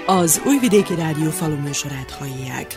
Az Újvidéki Rádió faluműsorát hallják.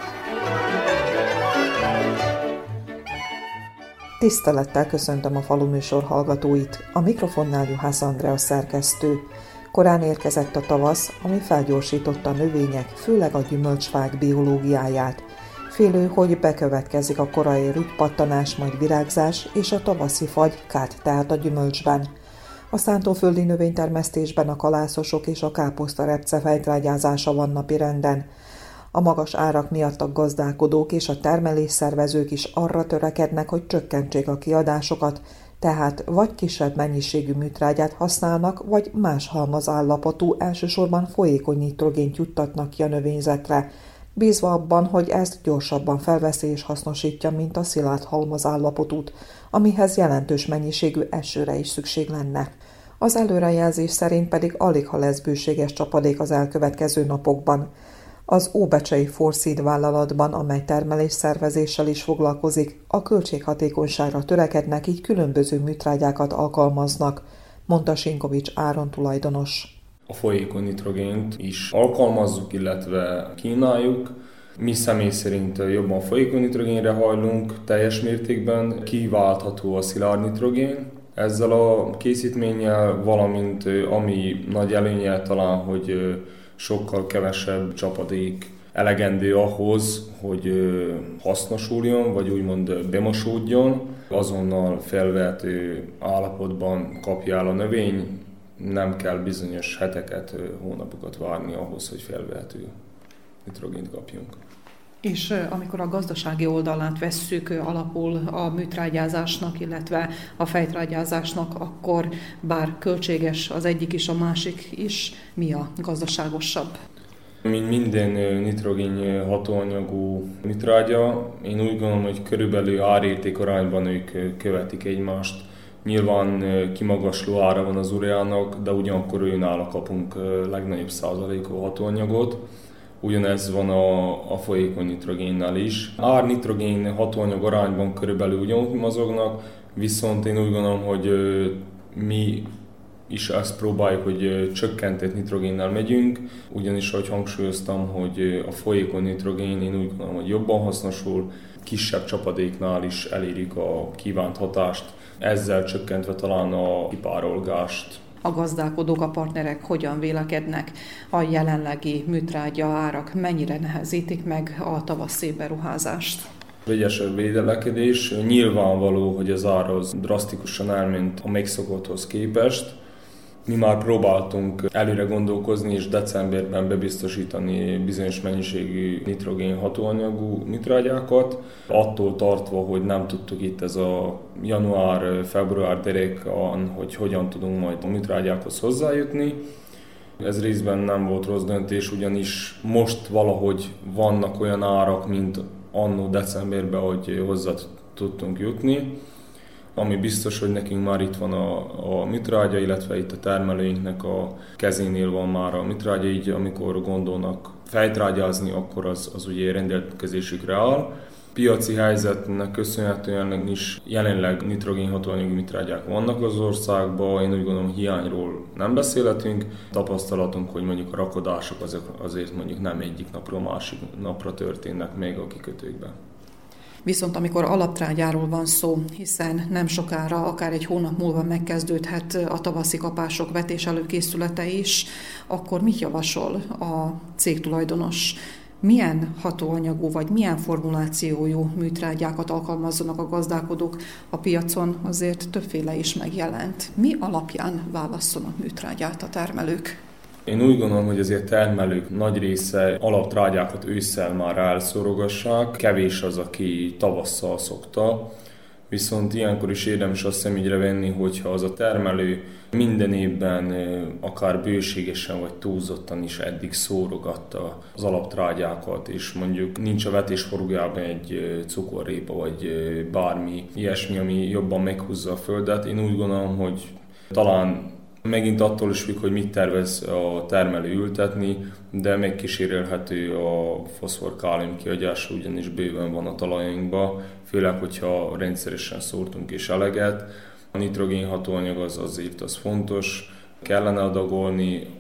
Tisztelettel köszöntöm a faluműsor hallgatóit, a mikrofonnál Juhász Andrea szerkesztő. Korán érkezett a tavasz, ami felgyorsította a növények, főleg a gyümölcsfák biológiáját. Félő, hogy bekövetkezik a korai rügypattanás, majd virágzás, és a tavaszi fagy kárt tehet a gyümölcsben. A szántóföldi növénytermesztésben a kalászosok és a káposztarepce fejtrágyázása van napirenden. A magas árak miatt a gazdálkodók és a termelésszervezők is arra törekednek, hogy csökkentsék a kiadásokat, tehát vagy kisebb mennyiségű műtrágyát használnak, vagy más halmazállapotú, elsősorban folyékony nitrogént juttatnak ki a növényzetre, bízva abban, hogy ezt gyorsabban felveszi és hasznosítja, mint a szilárd halmazállapotút, amihez jelentős mennyiségű esőre is szükség lenne. Az előrejelzés szerint pedig aligha lesz bőséges csapadék az elkövetkező napokban. Az óbecsei Forseed vállalatban, amely termelésszervezéssel is foglalkozik, a költséghatékonyságra törekednek, így különböző műtrágyákat alkalmaznak, mondta Sinkovics Áron tulajdonos. A folyékony nitrogént is alkalmazzuk, illetve kínáljuk. Mi személy szerint jobban folyékony nitrogénre hajlunk teljes mértékben, kiváltható a szilárd nitrogén. Ezzel a készítménnyel, valamint ami nagy előnye talán, hogy sokkal kevesebb csapadék elegendő ahhoz, hogy hasznosuljon, vagy úgymond bemosódjon. Azonnal felvehető állapotban kapja el a növény, nem kell bizonyos heteket, hónapokat várni ahhoz, hogy felvehető nitrogént kapjunk. És amikor a gazdasági oldalát vesszük alapul a műtrágyázásnak, illetve a fejtrágyázásnak, akkor bár költséges az egyik is, a másik is, mi a gazdaságosabb? Mint minden nitrogén hatóanyagú műtrágya, én úgy gondolom, hogy körülbelül árérték arányban ők követik egymást. Nyilván kimagasló ára van az ureának, de ugyanakkor őnála kapunk legnagyobb százalékú hatóanyagot. Ugyanez van a folyékony nitrogénnel is. Ár-nitrogén hatóanyag arányban körülbelül ugyanúgy mozognak, viszont én úgy gondolom, hogy mi is ezt próbáljuk, hogy csökkentett nitrogénnel megyünk, ugyanis ahogy hangsúlyoztam, hogy a folyékony nitrogén én úgy gondolom, hogy jobban hasznosul, kisebb csapadéknál is elérjük a kívánt hatást, ezzel csökkentve talán a kipárolgást. A gazdálkodók, a partnerek hogyan vélekednek? A jelenlegi műtrágya árak mennyire nehezítik meg a tavaszi beruházást? Vegyes a vélekedés. Nyilvánvaló, hogy az ár az drasztikusan elment a megszokotthoz képest. Mi már próbáltunk előre gondolkozni és decemberben bebiztosítani bizonyos mennyiségű nitrogén hatóanyagú műtrágyákat. Attól tartva, hogy nem tudtuk itt ez a január-február derekán, hogy hogyan tudunk majd a műtrágyákhoz hozzájutni. Ez részben nem volt rossz döntés, ugyanis most valahogy vannak olyan árak, mint anno decemberben, hogy hozzá tudtunk jutni. Ami biztos, hogy nekünk már itt van a műtrágya, illetve itt a termelőinknek a kezénél van már a műtrágya, így amikor gondolnak fejtrágyázni, akkor az ugye rendelkezésükre áll. Piaci helyzetnek köszönhetően is jelenleg nitrogén hatóanyagú műtrágyák vannak az országban, én úgy gondolom, hiányról nem beszélhetünk. Tapasztalatunk, hogy mondjuk a rakodások azért mondjuk nem egyik napról másik napra történnek még a kikötőkben. Viszont amikor alaptrágyáról van szó, hiszen nem sokára, akár egy hónap múlva megkezdődhet a tavaszi kapások vetés előkészülete is, akkor mit javasol a cégtulajdonos? Milyen hatóanyagú vagy milyen formulációjú műtrágyákat alkalmazzanak a gazdálkodók? A piacon azért többféle is megjelent. Mi alapján válasszanak műtrágyát a termelők? Én úgy gondolom, hogy azért termelők nagy része alaptrágyákat ősszel már elszorogassák, kevés az, aki tavasszal szokta, viszont ilyenkor is érdemes azt szemügyre venni, hogyha az a termelő minden évben akár bőségesen vagy túlzottan is eddig szórogatta az alaptrágyákat, és mondjuk nincs a vetésforgójában egy cukorrépa vagy bármi ilyesmi, ami jobban meghúzza a földet. Én úgy gondolom, hogy talán megint attól is függ, hogy mit tervez a termelő ültetni, de megkísérelhető a foszfor-kálium kiagyása, ugyanis bőven van a talajainkban, főleg, hogyha rendszeresen szórtunk és eleget. A nitrogén hatóanyag az azért fontos, kellene adagolni,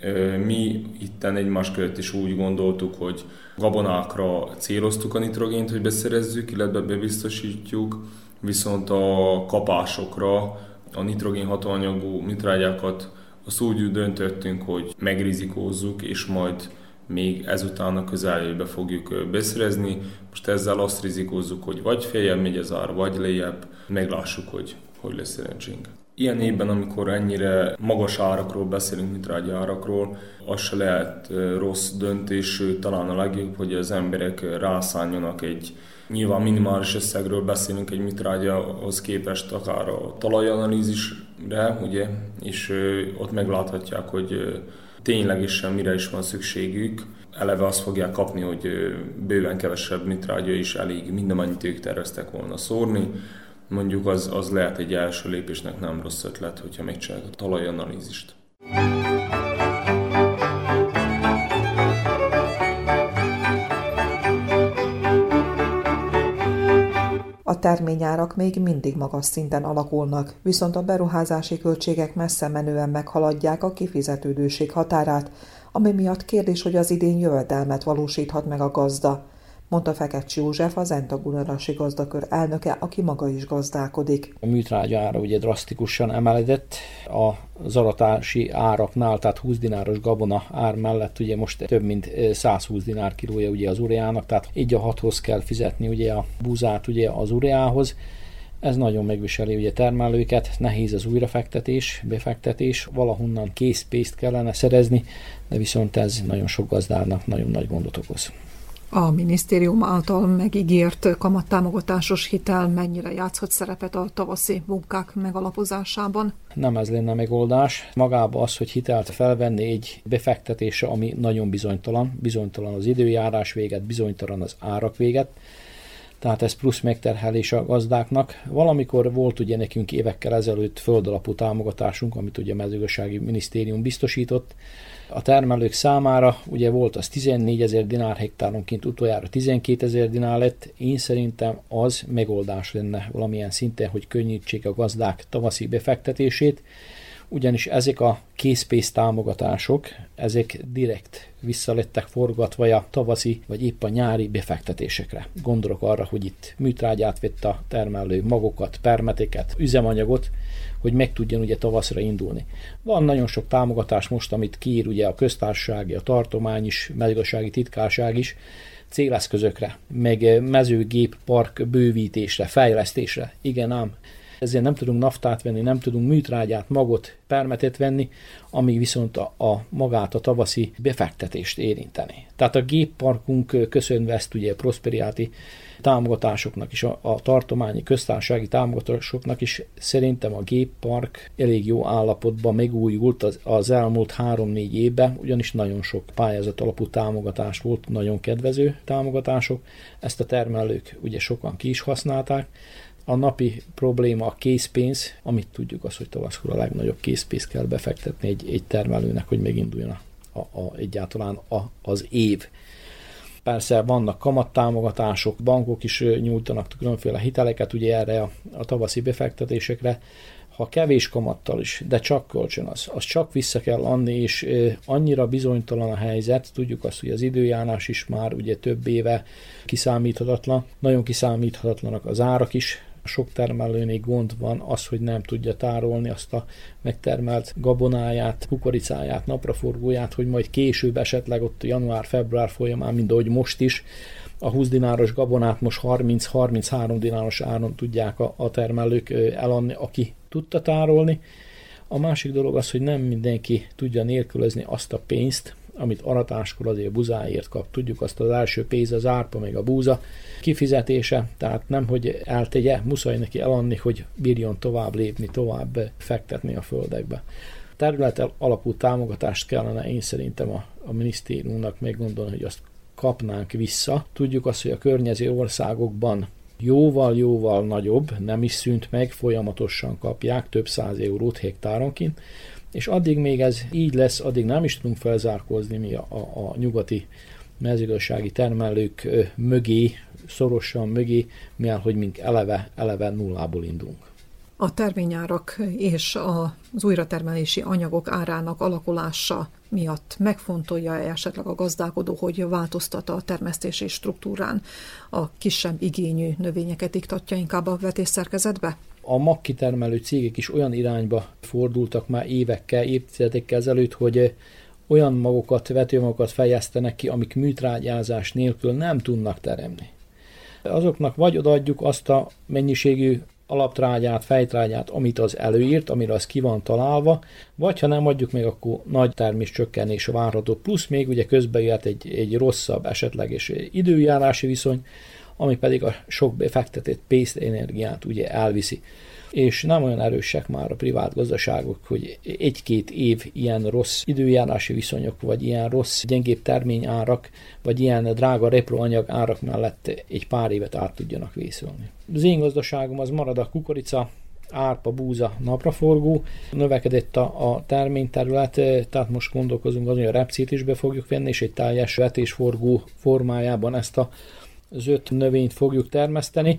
Mi itten egymás között is úgy gondoltuk, hogy gabonákra céloztuk a nitrogént, hogy beszerezzük, illetve bebiztosítjuk, viszont a kapásokra a nitrogén hatóanyagú műtrágyákat azt úgy döntöttünk, hogy megrizikózzuk, és majd még ezután a közeljövőbe fogjuk beszerezni. Most ezzel azt rizikózzuk, hogy vagy feljebb megy az ár, vagy lejjebb, meglássuk, hogy lesz szerencsénk. Ilyen évben, amikor ennyire magas árakról beszélünk, műtrágya árakról, az se lehet rossz döntés, talán a legjobb, hogy az emberek rászálljanak egy nyilván minimális összegről beszélünk egy műtrágyahoz képest, akár a talajanalízisre, ugye, és ott megláthatják, hogy ténylegesen mire is van szükségük. Eleve azt fogják kapni, hogy bőven kevesebb műtrágya is elég, mindamennyit ők terveztek volna szórni. Mondjuk az lehet egy első lépésnek nem rossz ötlet, hogyha megcsinálják a talajanalízist. A terményárak még mindig magas szinten alakulnak, viszont a beruházási költségek messze menően meghaladják a kifizetődőség határát, ami miatt kérdés, hogy az idén jövedelmet valósíthat meg a gazda, mondta Feketcs József, az Enta-Gunarasi gazdakör elnöke, aki maga is gazdálkodik. A műtrágya ára ugye drasztikusan emelkedett, az aratási áraknál, tehát 20 dináros gabona ár mellett ugye most több mint 120 dinár kilója ugye az ureának, tehát így a 6-hoz kell fizetni ugye a búzát ugye az ureához. Ez nagyon megviseli ugye termelőket, nehéz az újrafektetés, befektetés, valahonnan készpénzt kellene szerezni, de viszont ez nagyon sok gazdának nagyon nagy gondot okoz. A minisztérium által megígért kamattámogatásos hitel mennyire játszhat szerepet a tavaszi munkák megalapozásában? Nem ez lenne megoldás. Magában az, hogy hitelt felvenni egy befektetése, ami nagyon bizonytalan. Bizonytalan az időjárás véget, bizonytalan az árak véget. Tehát ez plusz megterhelés a gazdáknak. Valamikor volt ugye nekünk évekkel ezelőtt földalapú támogatásunk, amit ugye a mezőgazdasági minisztérium biztosított. A termelők számára ugye volt az 14 000 dinár hektáronként, utoljára 12 000 dinár lett. Én szerintem az megoldás lenne valamilyen szinten, hogy könnyítsék a gazdák tavaszi befektetését, ugyanis ezek a készpénz támogatások, ezek direkt visszalettek forgatva a tavaszi vagy épp a nyári befektetésekre. Gondolok arra, hogy itt műtrágyát vett a termelő, magokat, permeteket, üzemanyagot, hogy meg tudjon ugye tavaszra indulni. Van nagyon sok támogatás most, amit kiír ugye a köztársasági, a tartomány is, mezőgazdasági titkárság is, céleszközökre, meg mezőgéppark bővítésre, fejlesztésre. Igen ám, ezért nem tudunk naftát venni, nem tudunk műtrágyát, magot, permetet venni, ami viszont a magát a tavaszi befektetést érinteni. Tehát a gépparkunk köszönve ezt ugye a prosperiáti támogatásoknak és a tartományi köztársasági támogatásoknak is szerintem a géppark elég jó állapotban megújult az elmúlt 3-4 évben, ugyanis nagyon sok pályázat alapú támogatás volt, nagyon kedvező támogatások. Ezt a termelők ugye sokan ki is használták. A napi probléma a készpénz, amit tudjuk az, hogy tavaskor a legnagyobb készpénzt kell befektetni egy termelőnek, hogy meginduljon egyáltalán az év. Persze vannak kamattámogatások, bankok is nyújtanak különféle hiteleket ugye erre a tavaszi befektetésekre. Ha kevés kamattal is, de csak kölcsön az csak vissza kell adni, és annyira bizonytalan a helyzet, tudjuk azt, hogy az időjárás is már ugye több éve kiszámíthatatlan, nagyon kiszámíthatatlanak az árak is. Sok termelőnél gond van az, hogy nem tudja tárolni azt a megtermelt gabonáját, kukoricáját, napraforgóját, hogy majd később esetleg ott január-február folyamán, mint ahogy most is, a 20 dináros gabonát most 30-33 dináros áron tudják a termelők eladni, aki tudta tárolni. A másik dolog az, hogy nem mindenki tudja nélkülözni azt a pénzt, amit aratáskor azért a buzáért kap. Tudjuk azt, az első pénz az árpa, meg a búza kifizetése, tehát nem, hogy eltegye, muszáj neki eladni, hogy bírjon tovább lépni, tovább fektetni a földekbe. Terület alapú támogatást kellene én szerintem a minisztériumnak meggondolni, hogy azt kapnánk vissza. Tudjuk azt, hogy a környező országokban jóval nagyobb, nem is szűnt meg, folyamatosan kapják több 100 eurót hektáronként, és addig még ez így lesz, addig nem is tudunk felzárkózni mi a nyugati mezőgazdasági termelők mögé, szorosan mögé, mivel hogy mink eleve nullából indulunk. A terményárak és az újratermelési anyagok árának alakulása miatt megfontolja esetleg a gazdálkodó, hogy változtat a termesztési struktúrán, a kisebb igényű növényeket iktatja inkább a vetésszerkezetbe? A magkitermelő cégek is olyan irányba fordultak már évekkel, évtizedekkel ezelőtt, hogy olyan magokat, vetőmagokat fejlesztenek ki, amik műtrágyázás nélkül nem tudnak teremni. Azoknak vagy odaadjuk azt a mennyiségű alaptrágyát, fejtrágyát, amit az előírt, amire az ki van találva, vagy ha nem adjuk meg, akkor nagy terméscsökkenés várható, plusz még ugye közben jöhet egy rosszabb esetleges időjárási viszony, ami pedig a sok befektetett pénzenergiát ugye elviszi. És nem olyan erősek már a privát gazdaságok, hogy egy-két év ilyen rossz időjárási viszonyok, vagy ilyen rossz, gyengébb terményárak, vagy ilyen drága reproanyag árak mellett egy pár évet át tudjanak vészülni. Az én gazdaságom az marad a kukorica, árpa, búza, napraforgó. Növekedett a terményterület, tehát most gondolkozunk azon, hogy a repcét is be fogjuk venni, és egy teljes vetésforgó formájában ezt az 5 növényt fogjuk termeszteni.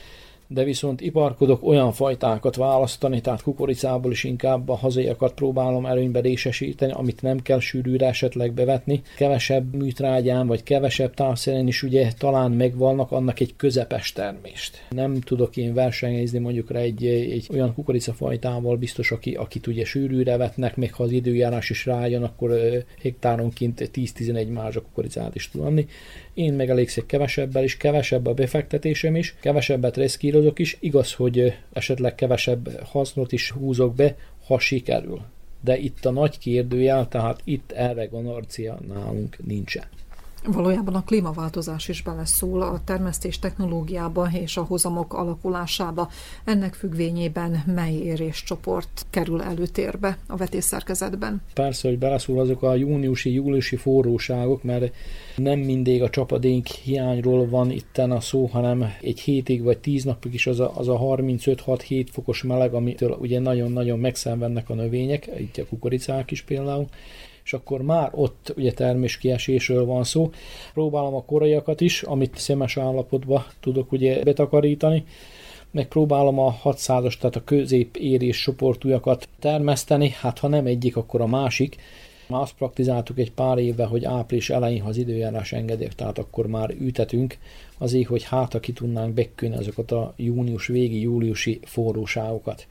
De viszont iparkodok olyan fajtákat választani, tehát kukoricából is inkább a hazaiakat próbálom előnybe részesíteni, amit nem kell sűrűre esetleg bevetni. Kevesebb műtrágyán, vagy kevesebb távszeren is ugye talán megvannak annak egy közepes termést. Nem tudok én versenyezni mondjuk rá egy olyan kukoricafajtával biztos, akit ugye sűrűre vetnek, még ha az időjárás is rájön, akkor hektáronként 10-11 mázsa kukoricát is tud adni. Én megelégszek kevesebbel is, kevesebb a befektetésem is, kevesebbet reszkírozok is, igaz, hogy esetleg kevesebb hasznot is húzok be, ha sikerül. De itt a nagy kérdőjel, tehát itt erre garancia nálunk nincsen. Valójában a klímaváltozás is beleszól a termesztés technológiába és a hozamok alakulásába. Ennek függvényében mely éréscsoport kerül előtérbe a vetésszerkezetben? Persze, hogy beleszól azok a júniusi forróságok, mert nem mindig a csapadék hiányról van itten a szó, hanem egy hétig vagy 10 napig is az a 35-6-7 fokos meleg, amitől ugye nagyon-nagyon megszenvednek a növények, itt a kukoricák is például, és akkor már ott ugye terméskiesésről van szó. Próbálom a koraiakat is, amit szemes állapotba tudok ugye betakarítani, megpróbálom a 600-as, tehát a középérés csoportújakat termeszteni, hát ha nem egyik, akkor a másik. Már azt praktizáltuk egy pár évvel, hogy április elején, ha az időjárás engedélyek, tehát akkor már ütetünk azért, hogy hát, ki tudnánk bekülni azokat a június végi, júliusi forróságokat.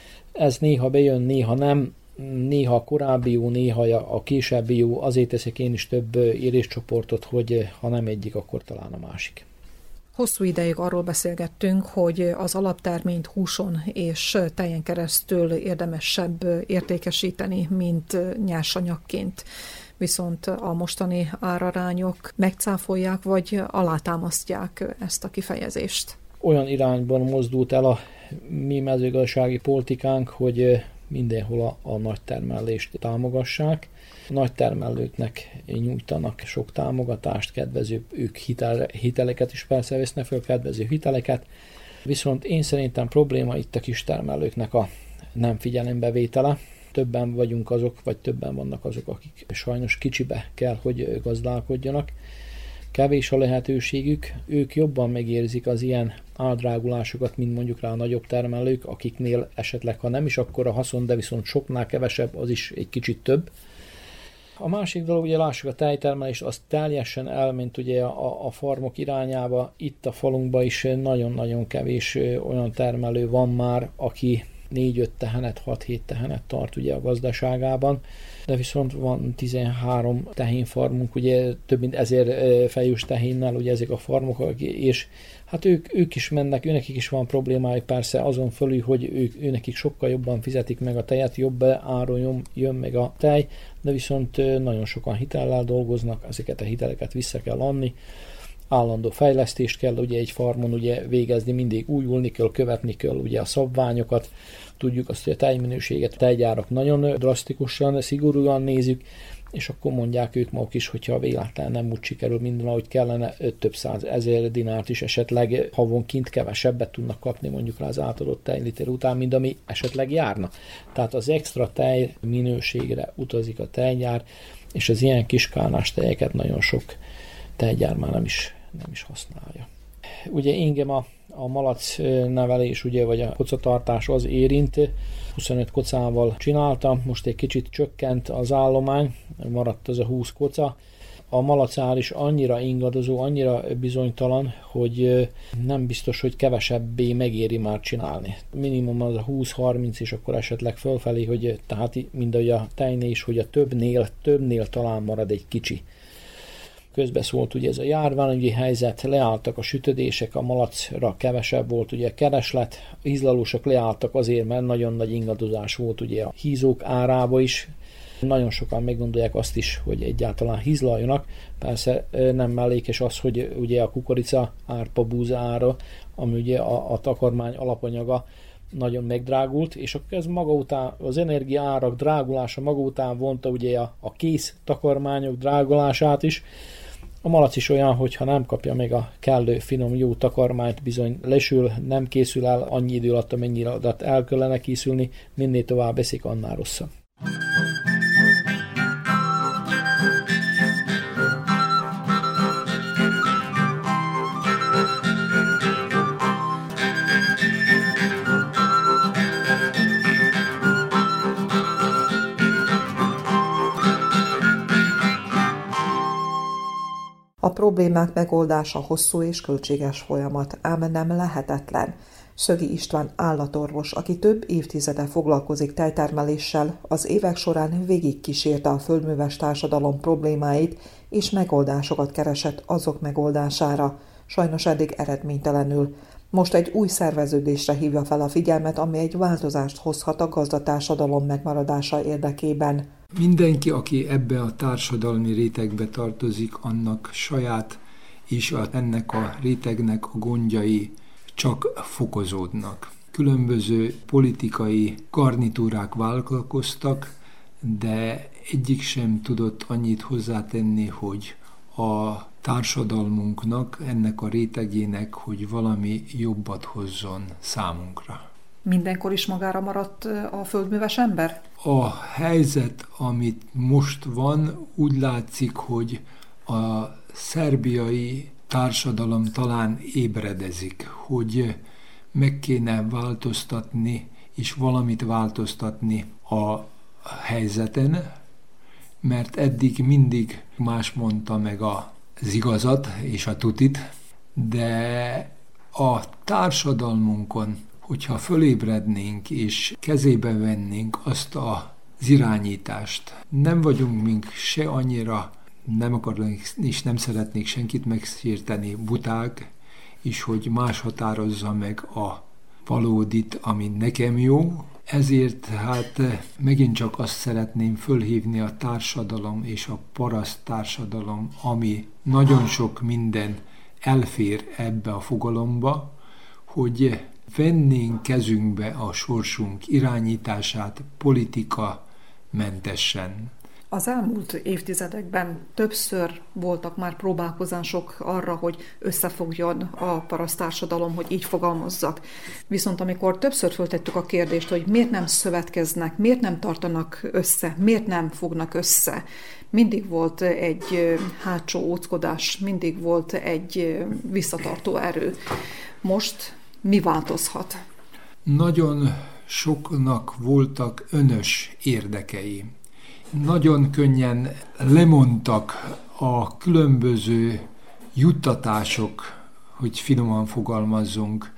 Ez néha bejön, néha nem, néha a korábbi jó, néha a későbbi jó, azért teszek én is több éréscsoportot, hogy ha nem egyik, akkor talán a másik. Hosszú ideig arról beszélgettünk, hogy az alapterményt húson és tejen keresztül érdemesebb értékesíteni, mint nyersanyagként. Viszont a mostani árarányok megcáfolják, vagy alátámasztják ezt a kifejezést. Olyan irányban mozdult el a mi mezőgazdasági politikánk, hogy mindenhol a nagy termelést támogassák. A nagy termelőknek nyújtanak sok támogatást, kedvező, ők hiteleket is persze vesznek fel, kedvező hiteleket. Viszont én szerintem probléma itt a kis termelőknek a nem figyelembevétele. Többen vagyunk azok, vagy többen vannak azok, akik sajnos kicsibe kell, hogy gazdálkodjanak. Kevés a lehetőségük, ők jobban megérzik az ilyen áldrágulásokat, mint mondjuk rá a nagyobb termelők, akiknél esetleg, ha nem is akkor a haszon, de viszont soknál kevesebb, az is egy kicsit több. A másik dolog, ugye lássuk a tejtermelést, az teljesen elment ugye a farmok irányába. Itt a falunkban is nagyon-nagyon kevés olyan termelő van már, aki 4-5 tehenet, 6-7 tehenet tart ugye a gazdaságában, de viszont van 13 tehénfarmunk, ugye több mint 1000 fejős tehénnel, ugye ezek a farmok, és hát ők is mennek, őnekik is van problémájuk persze azon fölül, hogy őnekik sokkal jobban fizetik meg a tejet, jobb áron jön meg a tej, de viszont nagyon sokan hitellel dolgoznak, ezeket a hiteleket vissza kell adni, állandó fejlesztést kell ugye egy farmon ugye végezni, mindig újulni kell, követni kell ugye a szabványokat, tudjuk azt, hogy a tejminőséget a tejgyárak nagyon drasztikusan, szigorúan nézik, és akkor mondják ők maguk is, hogyha véletlen nem úgy sikerül minden, ahogy kellene, több 100 000 dinárt is esetleg havonként kevesebbet tudnak kapni mondjuk rá az átadott tejliter után, mint ami esetleg járna. Tehát az extra tej minőségre utazik a tejgyár, és az ilyen kiskálnás tejeket nagyon sok tejgyár már nem is használja. ugye engem a malac nevelés, ugye, vagy a kocatartás az érint. 25 kocával csináltam, most egy kicsit csökkent az állomány, maradt az a 20 koca. A malacár is annyira ingadozó, annyira bizonytalan, hogy nem biztos, hogy kevesebbé megéri már csinálni. Minimum az a 20-30, és akkor esetleg fölfelé, hogy tehát mindahogy a tejnél is, hogy a többnél talán marad egy kicsi. Közbeszólt ugye ez a járványügyi helyzet, leálltak a sütödések, a malacra kevesebb volt ugye a kereslet, a hízlalósok leálltak azért, mert nagyon nagy ingadozás volt ugye a hízók árába is. Nagyon sokan meggondolják azt is, hogy egyáltalán hízlaljanak. Persze nem mellékes az, hogy ugye a kukorica, árpabúza ára, ami ugye a takarmány alapanyaga nagyon megdrágult, és akkor ez maga után, az energiaárak drágulása maga után vonta ugye a kész takarmányok drágulását is. A malac is olyan, hogyha nem kapja meg a kellő finom jó takarmányt, bizony lesül, nem készül el annyi idő alatt, amennyire adat el kellene készülni, minél tovább eszik, annál rosszabb. A problémák megoldása hosszú és költséges folyamat, ám nem lehetetlen. Szögi István állatorvos, aki több évtizede foglalkozik tejtermeléssel, az évek során végigkísérte a földműves társadalom problémáit, és megoldásokat keresett azok megoldására, sajnos eddig eredménytelenül. Most egy új szerveződésre hívja fel a figyelmet, ami egy változást hozhat a gazdatársadalom megmaradása érdekében. Mindenki, aki ebbe a társadalmi rétegbe tartozik, annak saját és ennek a rétegnek a gondjai csak fokozódnak. Különböző politikai garnitúrák vállalkoztak, de egyik sem tudott annyit hozzátenni, hogy a társadalmunknak, ennek a rétegének, hogy valami jobbat hozzon számunkra. Mindenkor is magára maradt a földműves ember? A helyzet, amit most van, úgy látszik, hogy a szerbiai társadalom talán ébredezik, hogy meg kéne változtatni, és valamit változtatni a helyzeten, mert eddig mindig más mondta meg az igazat és a tutit, de a társadalmunkon, hogyha fölébrednénk és kezébe vennénk azt az irányítást, nem vagyunk mink se annyira, nem akarunk és nem szeretnék senkit megsérteni, buták, és hogy más határozza meg a valódit, ami nekem jó. Ezért hát megint csak azt szeretném fölhívni a társadalom és a paraszt társadalom, ami nagyon sok minden elfér ebbe a fogalomba, hogy vennénk kezünkbe a sorsunk irányítását politika mentesen. Az elmúlt évtizedekben többször voltak már próbálkozások arra, hogy összefogjon a paraszttársadalom, hogy így fogalmazzak. Viszont amikor többször föltettük a kérdést, hogy miért nem szövetkeznek, miért nem tartanak össze, miért nem fognak össze, mindig volt egy hátsó óckodás, mindig volt egy visszatartó erő. Most mi változhat? Nagyon soknak voltak önös érdekei. Nagyon könnyen lemondtak a különböző juttatások, hogy finoman fogalmazzunk,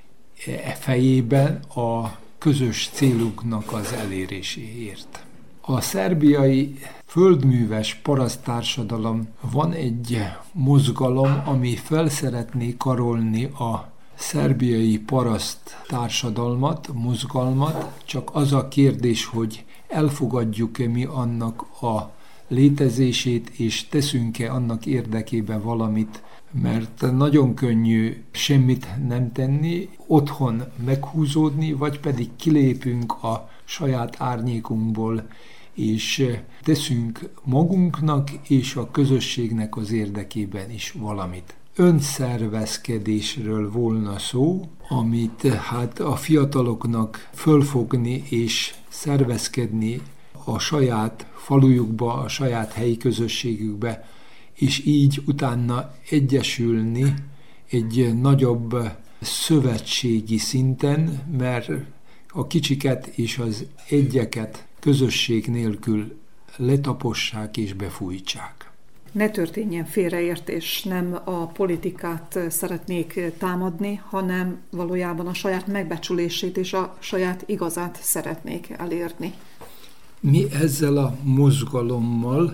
fejében a közös céluknak az eléréséért. A szerbiai földműves paraszttársadalom van egy mozgalom, ami fel szeretné karolni a szerbiai paraszt társadalmat, mozgalmat, csak az a kérdés, hogy elfogadjuk-e mi annak a létezését, és teszünk-e annak érdekében valamit, mert nagyon könnyű semmit nem tenni, otthon meghúzódni, vagy pedig kilépünk a saját árnyékunkból, és teszünk magunknak és a közösségnek az érdekében is valamit. Önszervezkedésről volna szó, amit hát a fiataloknak fölfogni és szervezkedni a saját falujukba, a saját helyi közösségükbe, és így utána egyesülni egy nagyobb szövetségi szinten, mert a kicsiket és az egyeket közösség nélkül letapossák és befújtsák. Ne történjen félreértés, nem a politikát szeretnék támadni, hanem valójában a saját megbecsülését és a saját igazát szeretnék elérni. Mi ezzel a mozgalommal,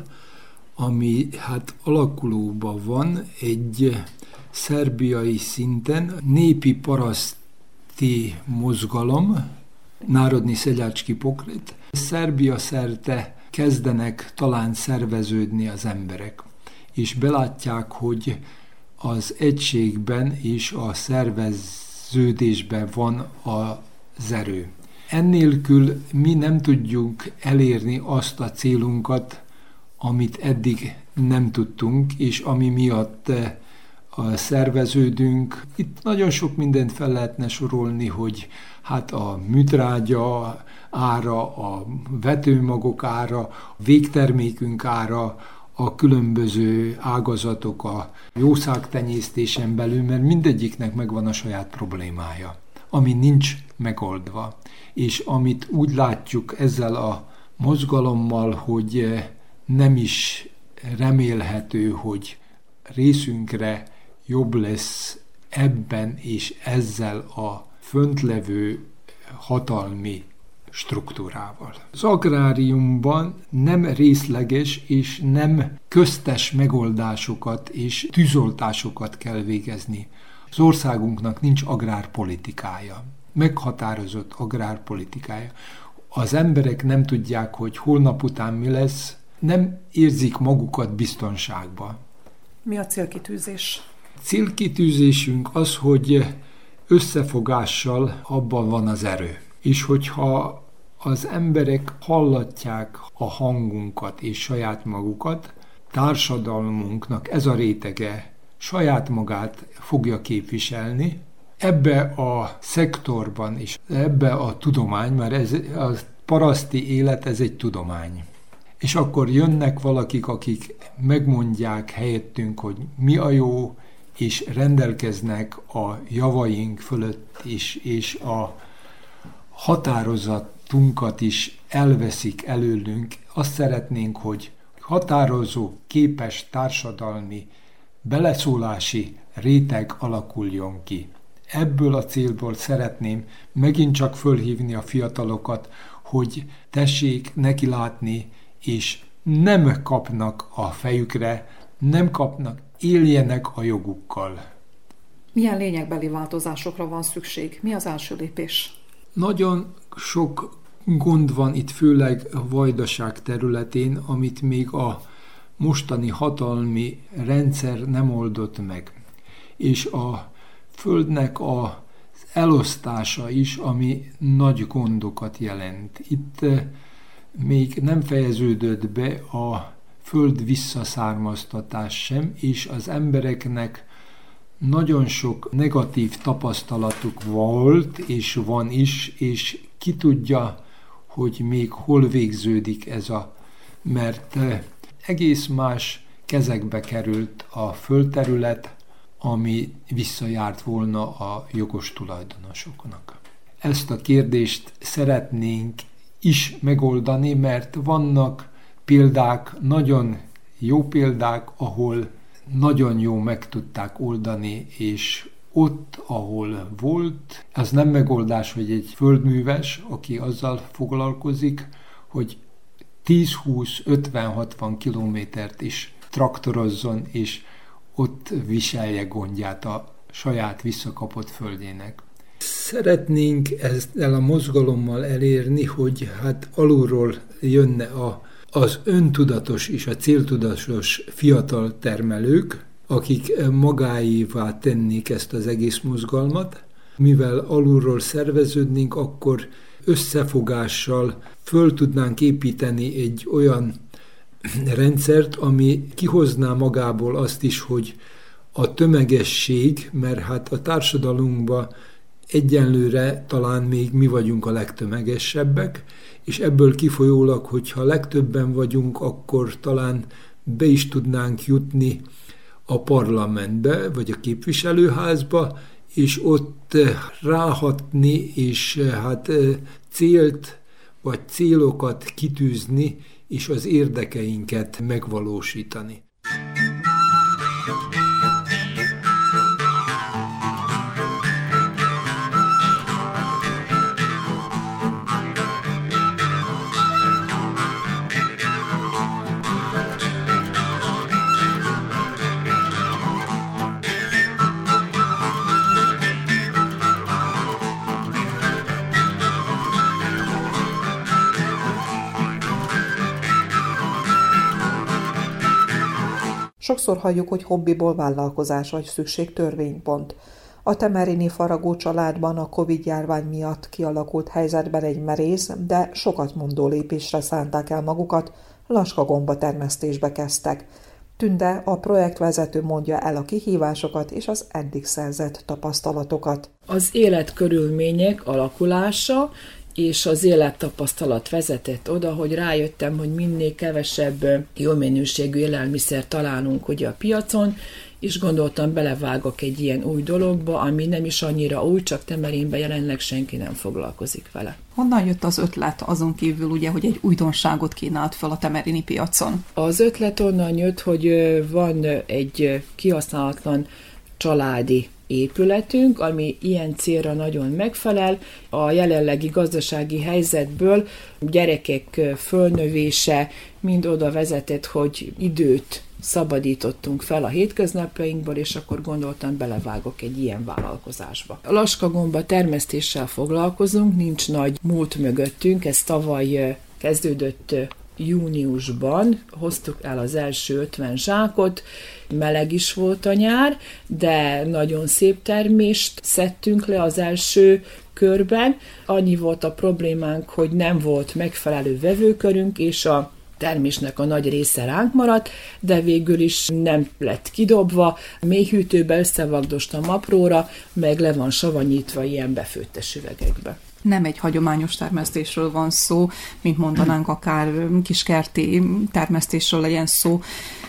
ami alakulóban van, egy szerbiai szinten népi paraszti mozgalom, Národni seljački pokret. Szerbia szerte kezdenek talán szerveződni az emberek, és belátják, hogy az egységben és a szerveződésben van az erő. Ennélkül mi nem tudjuk elérni azt a célunkat, amit eddig nem tudtunk, és ami miatt szerveződünk. Itt nagyon sok mindent fel lehetne sorolni, hogy a műtrágya ára, a vetőmagok ára, a végtermékünk ára, a különböző ágazatok a jószágtenyésztésen belül, mert mindegyiknek megvan a saját problémája, ami nincs megoldva. És amit úgy látjuk ezzel a mozgalommal, hogy nem is remélhető, hogy részünkre jobb lesz ebben és ezzel a föntlevő hatalmi struktúrával. Az agráriumban nem részleges és nem köztes megoldásokat és tűzoltásokat kell végezni. Az országunknak nincs agrárpolitikája, meghatározott agrárpolitikája. Az emberek nem tudják, hogy holnap után mi lesz, nem érzik magukat biztonságban. Mi a célkitűzés? Célkitűzésünk az, hogy összefogással abban van az erő. És hogyha az emberek hallatják a hangunkat és saját magukat, társadalmunknak ez a rétege saját magát fogja képviselni, ebbe a szektorban és ebbe a tudomány, mert ez a paraszti élet, ez egy tudomány. És akkor jönnek valakik, akik megmondják helyettünk, hogy mi a jó, és rendelkeznek a javaink fölött is, és a határozatunkat is elveszik előlünk. Azt szeretnénk, hogy határozó, képes társadalmi beleszólási réteg alakuljon ki. Ebből a célból szeretném megint csak fölhívni a fiatalokat, hogy tessék neki látni, és nem kapnak a fejükre, nem kapnak, éljenek a jogukkal. Milyen lényegbeli változásokra van szükség? Mi az első lépés? Nagyon sok gond van itt, főleg a vajdaság területén, amit még a mostani hatalmi rendszer nem oldott meg. És a földnek az elosztása is, ami nagy gondokat jelent. Itt még nem fejeződött be a föld visszaszármaztatás sem, és az embereknek nagyon sok negatív tapasztalatuk volt, és van is, és ki tudja, hogy még hol végződik ez mert egész más kezekbe került a földterület, ami visszajárt volna a jogos tulajdonosoknak. Ezt a kérdést szeretnénk is megoldani, mert vannak példák, nagyon jó példák, ahol nagyon jó meg tudták oldani, és ott, ahol volt, az nem megoldás, hogy egy földműves, aki azzal foglalkozik, hogy 10-20-50-60 kilométert is traktorozzon, és ott viselje gondját a saját visszakapott földjének. Szeretnénk ezzel a mozgalommal elérni, hogy alulról jönne az öntudatos és a céltudatos fiatal termelők, akik magáévá tennék ezt az egész mozgalmat. Mivel alulról szerveződnénk, akkor összefogással föl tudnánk építeni egy olyan rendszert, ami kihozná magából azt is, hogy a tömegesség, mert a társadalmunkban egyenlőre talán még mi vagyunk a legtömegesebbek, és ebből kifolyólag, hogyha legtöbben vagyunk, akkor talán be is tudnánk jutni a parlamentbe, vagy a képviselőházba, és ott ráhatni, és hát célt vagy célokat kitűzni, és az érdekeinket megvalósítani. Sokszor halljuk, hogy hobbiból vállalkozás vagy szükség törvénypont. A temerini faragó családban a Covid-járvány miatt kialakult helyzetben egy merész, de sokat mondó lépésre szánták el magukat, laskagomba termesztésbe kezdtek. Tünde, a projektvezető mondja el a kihívásokat és az eddig szerzett tapasztalatokat. Az életkörülmények alakulása és az élettapasztalat vezetett oda, hogy rájöttem, hogy minél kevesebb jó minőségű élelmiszer találunk ugye a piacon, és gondoltam, belevágok egy ilyen új dologba, ami nem is annyira új, csak Temerinben jelenleg senki nem foglalkozik vele. Honnan jött az ötlet azon kívül, ugye, hogy egy újdonságot kínált fel a temerini piacon? Az ötlet onnan jött, hogy van egy kihasználatlan családi épületünk, ami ilyen célra nagyon megfelel. A jelenlegi gazdasági helyzetből gyerekek fölnövése mind oda vezetett, hogy időt szabadítottunk fel a hétköznapjainkból, és akkor gondoltam, belevágok egy ilyen vállalkozásba. A laskagomba termesztéssel foglalkozunk, nincs nagy múlt mögöttünk, ez tavaly kezdődött júniusban, hoztuk el az első 50 zsákot, meleg is volt a nyár, de nagyon szép termést szedtünk le az első körben. Annyi volt a problémánk, hogy nem volt megfelelő vevőkörünk, és a termésnek a nagy része ránk maradt, de végül is nem lett kidobva, mélyhűtőbe összevagdostam apróra, meg le van savanyítva ilyen befőttes üvegekbe. Nem egy hagyományos termesztésről van szó, mint mondanánk, akár kiskerti termesztésről legyen szó.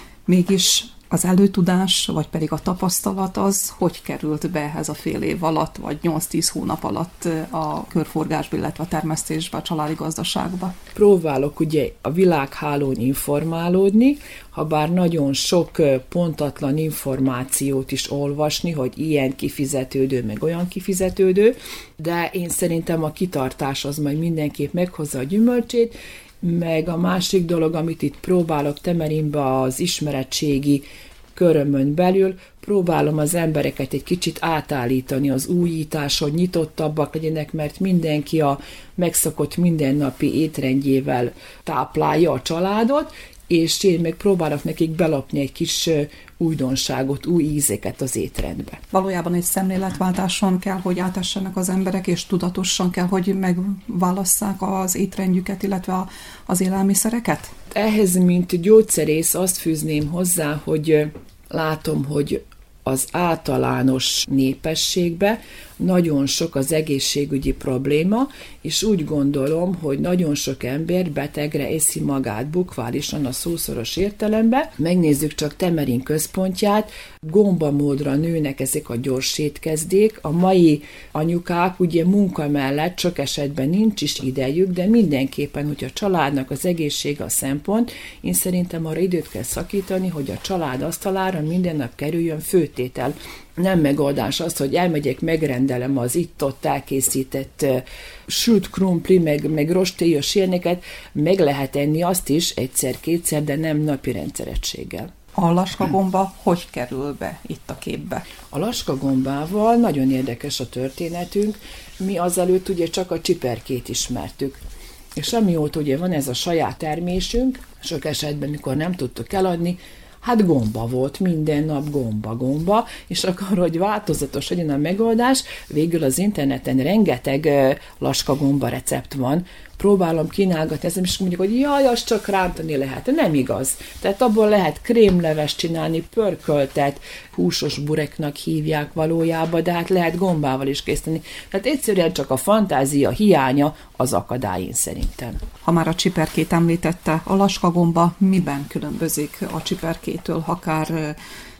Mégis az előtudás, vagy pedig a tapasztalat az, hogy került be ez a fél év alatt, vagy 8-10 hónap alatt a körforgásba, illetve a termesztésbe, a családi gazdaságba? Próbálok ugye a világhálón informálódni, ha bár nagyon sok pontatlan információt is olvasni, hogy ilyen kifizetődő, meg olyan kifizetődő, de én szerintem a kitartás az majd mindenképp meghozza a gyümölcsét, meg a másik dolog, amit itt próbálok Temerinbe az ismeretségi körömön belül, próbálom az embereket egy kicsit átállítani az újítás, hogy nyitottabbak legyenek, mert mindenki a megszokott mindennapi étrendjével táplálja a családot, és én meg próbálok nekik belopni egy kis újdonságot, új ízeket az étrendbe. Valójában egy szemléletváltáson kell, hogy átessenek az emberek, és tudatosan kell, hogy megválasszák az étrendjüket, illetve az élelmiszereket? Ehhez, mint gyógyszerész, azt fűzném hozzá, hogy látom, hogy az általános népességbe nagyon sok az egészségügyi probléma, és úgy gondolom, hogy nagyon sok ember betegre eszi magát bukválisan a szószoros értelemben. Megnézzük csak Temerin központját, gombamódra nőnek ezek a gyors étkezdék. A mai anyukák ugye munka mellett sok esetben nincs is idejük, de mindenképpen, hogy a családnak az egészsége a szempont, én szerintem arra időt kell szakítani, hogy a család asztalára minden nap kerüljön főtétel. Nem megoldás az, hogy elmegyek, megrendelem az itt-ott elkészített sült krumpli, meg rostélyos ilyeneket, meg lehet enni azt is egyszer-kétszer, de nem napi rendszerességgel. A laskagomba hogy kerül be itt a képbe? A laskagombával nagyon érdekes a történetünk. Mi azelőtt ugye csak a csiperkét ismertük. És amióta ugye van ez a saját termésünk, sok esetben, mikor nem tudtuk eladni, hát gomba volt, minden nap gomba, és akkor, hogy változatos legyen a megoldás, végül az interneten rengeteg laskagomba recept van, próbálom kínálgatni, és mondjuk, hogy jaj, azt csak rántani lehet. Nem igaz. Tehát abból lehet krémlevest csinálni, pörköltet, húsos bureknak hívják valójában, de hát lehet gombával is készíteni. Tehát egyszerűen csak a fantázia hiánya az akadály, én szerintem. Ha már a csiperkét említette, a laskagomba miben különbözik a csiperkétől, akár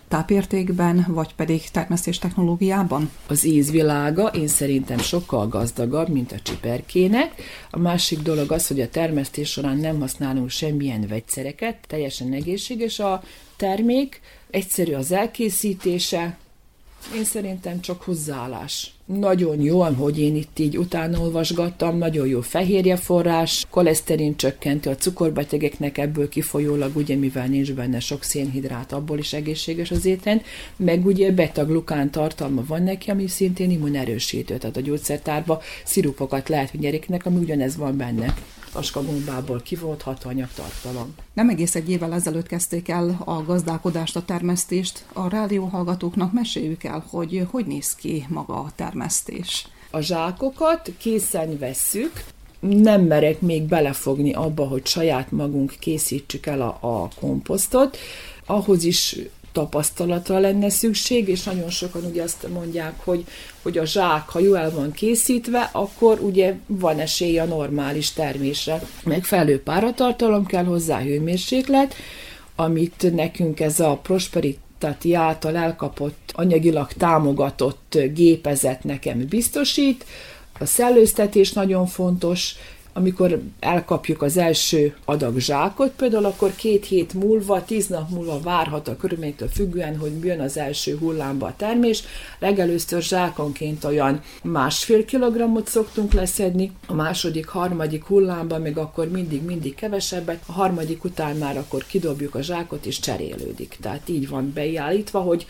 tápértékben, vagy pedig termesztés technológiában? Az ízvilága én szerintem sokkal gazdagabb, mint a csiperkének. A másik dolog az, hogy a termesztés során nem használunk semmilyen vegyszereket, teljesen egészséges a termék, egyszerű az elkészítése, én szerintem csak hozzáállás. Nagyon jó, hogy én itt így utána olvasgattam, nagyon jó fehérjeforrás, koleszterin csökkentő a cukorbetegeknek, ebből kifolyólag, ugye mivel nincs benne sok szénhidrát, abból is egészséges az étrend, meg ugye beta-glukán tartalma van neki, ami szintén immunerősítő, tehát a gyógyszertárba szirupokat lehet gyereknek, ami ugyanez van benne. Askagombából kivolt hatóanyagtartalom. Nem egész egy évvel ezelőtt kezdték el a gazdálkodást, a termesztést. A rádióhallgatóknak meséljük el, hogy néz ki maga a termesztés. A zsákokat készen vesszük, nem merek még belefogni abba, hogy saját magunk készítsük el a komposztot. Ahhoz is tapasztalatra lenne szükség, és nagyon sokan ugye azt mondják, hogy a zsák, ha jól van készítve, akkor ugye van esély a normális termésre. Megfelelő páratartalom kell hozzá, hőmérséklet, amit nekünk ez a Prosperity által elkapott, anyagilag támogatott gépezet nekem biztosít. A szellőztetés nagyon fontos. Amikor elkapjuk az első adag zsákot, például akkor 2 hét múlva, 10 nap múlva várhat a körülményektől függően, hogy jön az első hullámba a termés. Legelőször zsákonként olyan 1,5 kilogrammot szoktunk leszedni, a második, harmadik hullámban még akkor mindig kevesebbet, a harmadik után már akkor kidobjuk a zsákot és cserélődik. Tehát így van beállítva, hogy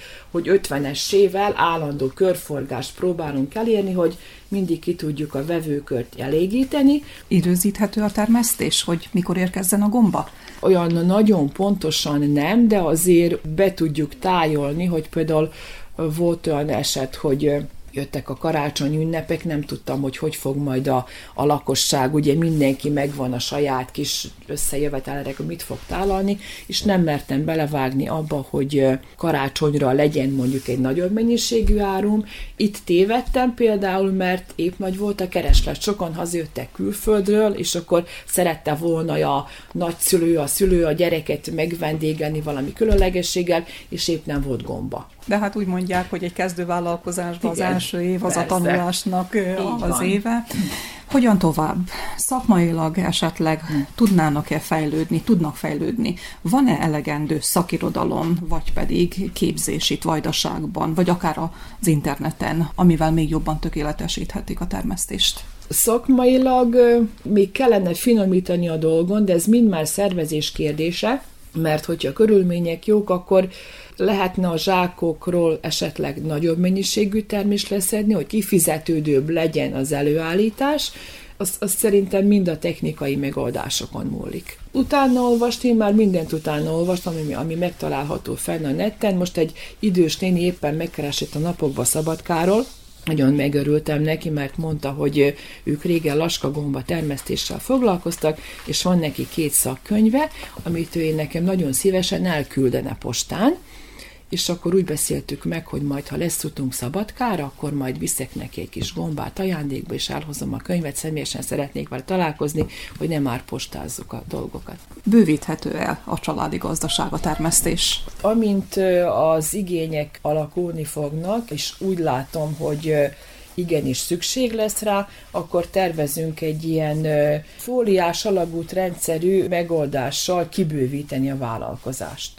50-essével állandó körforgást próbálunk elérni, hogy mindig ki tudjuk a vevőkört elégíteni. Időzíthető a termesztés, hogy mikor érkezzen a gomba? Olyan nagyon pontosan nem, de azért be tudjuk tájolni, hogy például volt olyan eset, hogy jöttek a karácsony ünnepek, nem tudtam, hogy fog majd a lakosság, ugye mindenki megvan a saját kis összejövetelre, hogy mit fog tálalni, és nem mertem belevágni abba, hogy karácsonyra legyen mondjuk egy nagyobb mennyiségű árum. Itt tévedtem például, mert épp nagy volt a kereslet. Sokan hazajöttek külföldről, és akkor szerette volna a nagyszülő, a szülő a gyereket megvendégelni valami különlegességgel, és épp nem volt gomba. De hát úgy mondják, hogy egy kezdővállalkozásban az első év az persze. A tanulásnak az éve. Hogyan tovább? Szakmailag esetleg tudnak fejlődni? Van-e elegendő szakirodalom, vagy pedig képzés itt Vajdaságban, vagy akár az interneten, amivel még jobban tökéletesíthetik a termesztést? Szakmailag még kellene finomítani a dolgon, de ez mind már szervezés kérdése, mert hogyha a körülmények jók, akkor lehetne a zsákokról esetleg nagyobb mennyiségű termést leszedni, hogy kifizetődőbb legyen az előállítás, az szerintem mind a technikai megoldásokon múlik. Utána olvasni, már mindent utána olvastam, ami megtalálható fenn a netten. Most egy idős néni éppen megkeresett a napokba Szabadkáról, nagyon megörültem neki, mert mondta, hogy ők régen laskagomba termesztéssel foglalkoztak, és van neki 2 szakkönyve, amit ő nekem nagyon szívesen elküldene postán, és akkor úgy beszéltük meg, hogy majd, ha lesz utunk Szabadkára, akkor majd viszek neki egy kis gombát ajándékba, és elhozom a könyvet, személyesen szeretnék vele találkozni, hogy nem már postázzuk a dolgokat. Bővíthető el a családi gazdaság, a termesztés? Amint az igények alakulni fognak, és úgy látom, hogy igenis szükség lesz rá, akkor tervezünk egy ilyen fóliás alagút rendszerű megoldással kibővíteni a vállalkozást.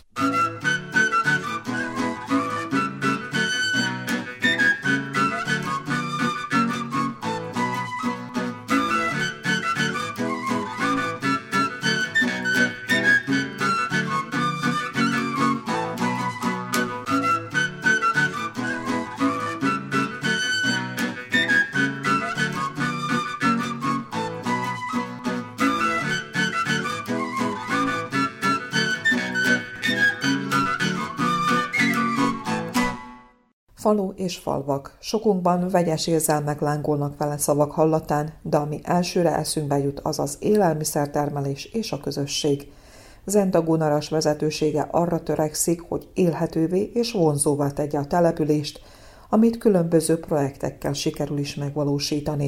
Falu és falvak. Sokunkban vegyes érzelmek lángolnak vele szavak hallatán, de ami elsőre eszünkbe jut, az az élelmiszertermelés és a közösség. Zenta Gunaras vezetősége arra törekszik, hogy élhetővé és vonzóvá tegye a települést, amit különböző projektekkel sikerül is megvalósítani.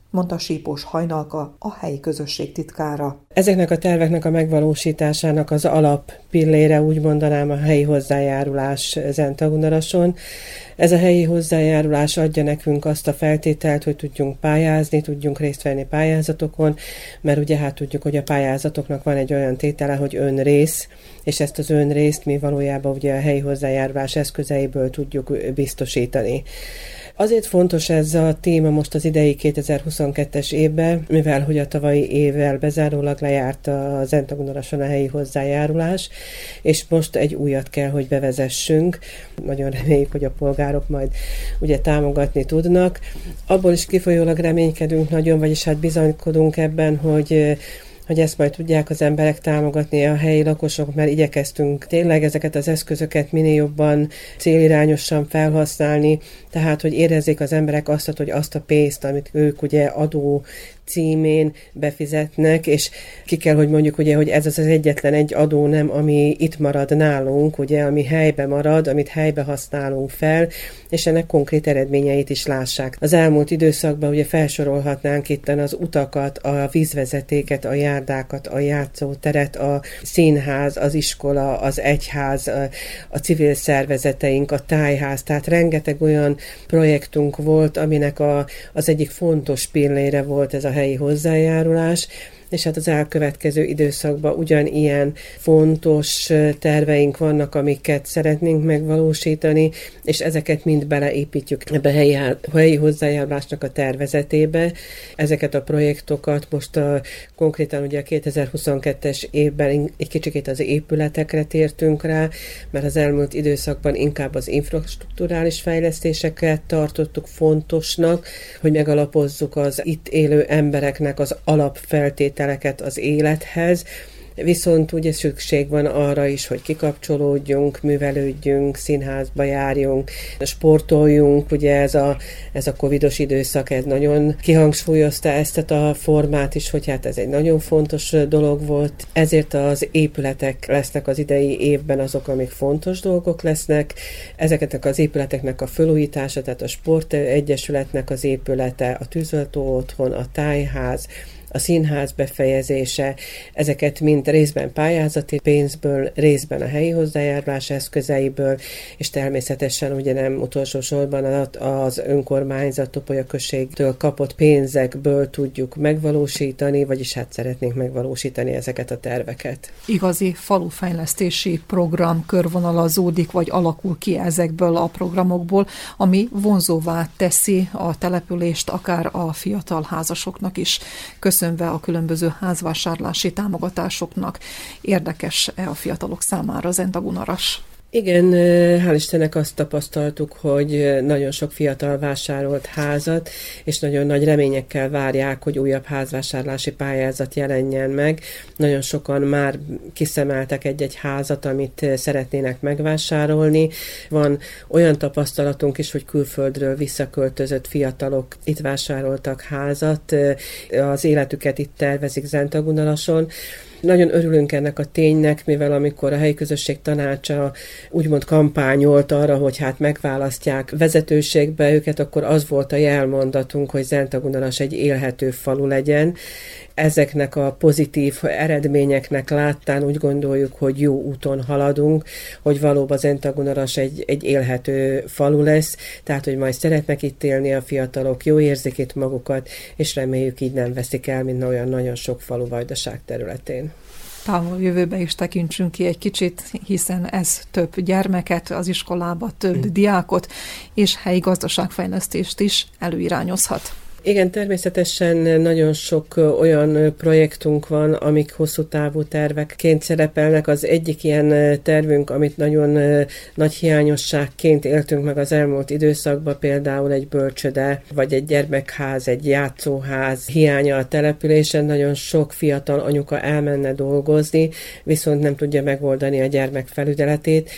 mondta Sípos Hajnalka, a helyi közösség titkára. Ezeknek a terveknek a megvalósításának az alappillére úgy mondanám a helyi hozzájárulás Zentagundarason. Ez a helyi hozzájárulás adja nekünk azt a feltételt, hogy tudjunk pályázni, tudjunk részt venni pályázatokon, mert ugye hát tudjuk, hogy a pályázatoknak van egy olyan tétele, hogy önrész, és ezt az önrészt mi valójában ugye a helyi hozzájárulás eszközeiből tudjuk biztosítani. Azért fontos ez a téma most az idei 2022-es évben, mivel hogy a tavalyi évvel bezárólag lejárt a Zentagundarason a helyi hozzájárulás, és most egy újat kell, hogy bevezessünk. Nagyon reméljük, hogy a polgárok majd ugye támogatni tudnak. Abból is kifolyólag reménykedünk nagyon, vagyis hát bizonykodunk ebben, hogy ezt majd tudják az emberek támogatni, a helyi lakosok, mert igyekeztünk tényleg ezeket az eszközöket minél jobban célirányosan felhasználni, tehát hogy érezzék az emberek azt, hogy azt a pénzt, amit ők ugye adó címén befizetnek, és ki kell, hogy mondjuk, ugye, hogy ez az egyetlen egy adó nem, ami itt marad nálunk, ugye, ami helybe marad, amit helybe használunk fel, és ennek konkrét eredményeit is lássák. Az elmúlt időszakban ugye felsorolhatnánk itten az utakat, a vízvezetéket, a járdákat, a játszóteret, a színház, az iskola, az egyház, a civil szervezeteink, a tájház, tehát rengeteg olyan projektunk volt, aminek az egyik fontos pillére volt ez a helyi hozzájárulás, és hát az elkövetkező időszakban ugyanilyen fontos terveink vannak, amiket szeretnénk megvalósítani, és ezeket mind beleépítjük ebbe a helyi hozzájárulásnak a tervezetébe. Ezeket a projektokat most konkrétan ugye a 2022-es évben egy kicsikét az épületekre tértünk rá, mert az elmúlt időszakban inkább az infrastrukturális fejlesztéseket tartottuk fontosnak, hogy megalapozzuk az itt élő embereknek az alapfeltételeket az élethez, viszont ugye szükség van arra is, hogy kikapcsolódjunk, művelődjünk, színházba járjunk, sportoljunk, ugye ez a covidos időszak, ez nagyon kihangsúlyozta ezt a formát is, hogy hát ez egy nagyon fontos dolog volt, ezért az épületek lesznek az idei évben azok, amik fontos dolgok lesznek, ezeknek az épületeknek a felújítása, tehát a sportegyesületnek az épülete, a tűzoltó otthon, a tájház, a színház befejezése, ezeket mind részben pályázati pénzből, részben a helyi hozzájárulás eszközeiből, és természetesen ugye nem utolsó sorban az önkormányzat Topolya községtől kapott pénzekből tudjuk megvalósítani, vagyis hát szeretnénk megvalósítani ezeket a terveket. Igazi falufejlesztési program körvonalazódik, vagy alakul ki ezekből a programokból, ami vonzóvá teszi a települést akár a fiatal házasoknak is, köszönve a különböző házvásárlási támogatásoknak. Érdekes-e a fiatalok számára Zentagunaras? Igen, hál' Istennek azt tapasztaltuk, hogy nagyon sok fiatal vásárolt házat, és nagyon nagy reményekkel várják, hogy újabb házvásárlási pályázat jelenjen meg. Nagyon sokan már kiszemeltek egy-egy házat, amit szeretnének megvásárolni. Van olyan tapasztalatunk is, hogy külföldről visszaköltözött fiatalok itt vásároltak házat, az életüket itt tervezik Zentagundarason. Nagyon örülünk ennek a ténynek, mivel amikor a helyi közösség tanácsa úgymond kampányolt arra, hogy hát megválasztják vezetőségbe őket, akkor az volt a jelmondatunk, hogy Zentagundaras egy élhető falu legyen. Ezeknek a pozitív eredményeknek láttán úgy gondoljuk, hogy jó úton haladunk, hogy valóban Zentagunaras egy élhető falu lesz, tehát hogy majd szeretnek itt élni a fiatalok, jó érzik itt magukat, és reméljük így nem veszik el, mint olyan nagyon sok falu Vajdaság területén. Távol jövőbe is tekintsünk ki egy kicsit, hiszen ez több gyermeket az iskolába, több diákot és helyi gazdaságfejlesztést is előirányozhat. Igen, természetesen nagyon sok olyan projektunk van, amik hosszú távú tervekként szerepelnek. Az egyik ilyen tervünk, amit nagyon nagy hiányosságként éltünk meg az elmúlt időszakban, például egy bölcsöde, vagy egy gyermekház, egy játszóház hiánya a településen. Nagyon sok fiatal anyuka elmenne dolgozni, viszont nem tudja megoldani a gyermek felügyeletét.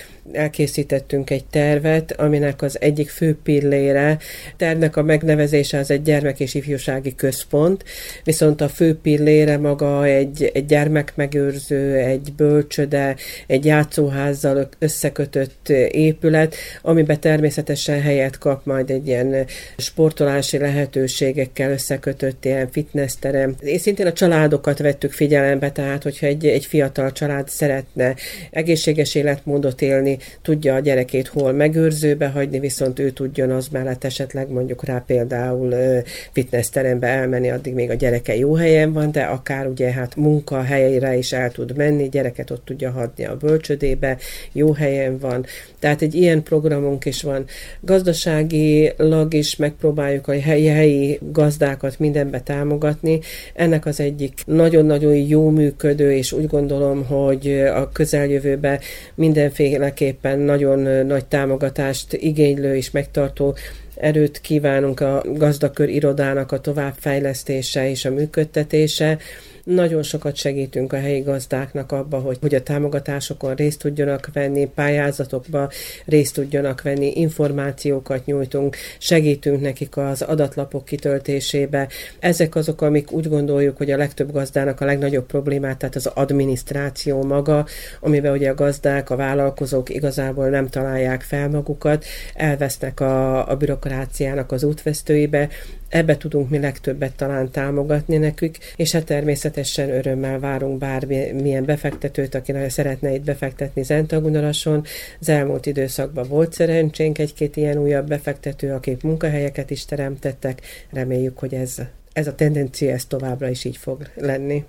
Elkészítettünk egy tervet, aminek az egyik fő pillére, tervnek a megnevezése az egy gyermek gyermek- és ifjúsági központ, viszont a fő pillére maga egy gyermekmegőrző, egy bölcsöde, egy játszóházzal összekötött épület, amiben természetesen helyet kap majd egy ilyen sportolási lehetőségekkel összekötött ilyen fitnessterem. És szintén a családokat vettük figyelembe, tehát hogyha egy fiatal család szeretne egészséges életmódot élni, tudja a gyerekét hol megőrzőbe hagyni, viszont ő tudjon az mellett esetleg mondjuk rá például fitnessterembe elmenni, addig még a gyereke jó helyen van, de akár ugye hát munkahelyre is el tud menni, gyereket ott tudja hagyni a bölcsödébe, jó helyen van. Tehát egy ilyen programunk is van. Gazdaságilag is megpróbáljuk a helyi gazdákat mindenbe támogatni. Ennek az egyik nagyon-nagyon jó működő, és úgy gondolom, hogy a közeljövőben mindenféleképpen nagyon nagy támogatást igénylő és megtartó erőt kívánunk a gazdakör irodának a továbbfejlesztése és a működtetése. Nagyon sokat segítünk a helyi gazdáknak abba, hogy a támogatásokon részt tudjanak venni, pályázatokba részt tudjanak venni, információkat nyújtunk, segítünk nekik az adatlapok kitöltésébe. Ezek azok, amik úgy gondoljuk, hogy a legtöbb gazdának a legnagyobb problémát, tehát az adminisztráció maga, amiben ugye a gazdák, a vállalkozók igazából nem találják fel magukat, elvesznek a bürokráciának az útvesztőibe. Ebbe tudunk mi legtöbbet talán támogatni nekük, és hát természetesen örömmel várunk bármilyen befektetőt, aki szeretne itt befektetni Zentagundarason. Az elmúlt időszakban volt szerencsénk egy-két ilyen újabb befektető, akik munkahelyeket is teremtettek. Reméljük, hogy ez a tendencia ez továbbra is így fog lenni.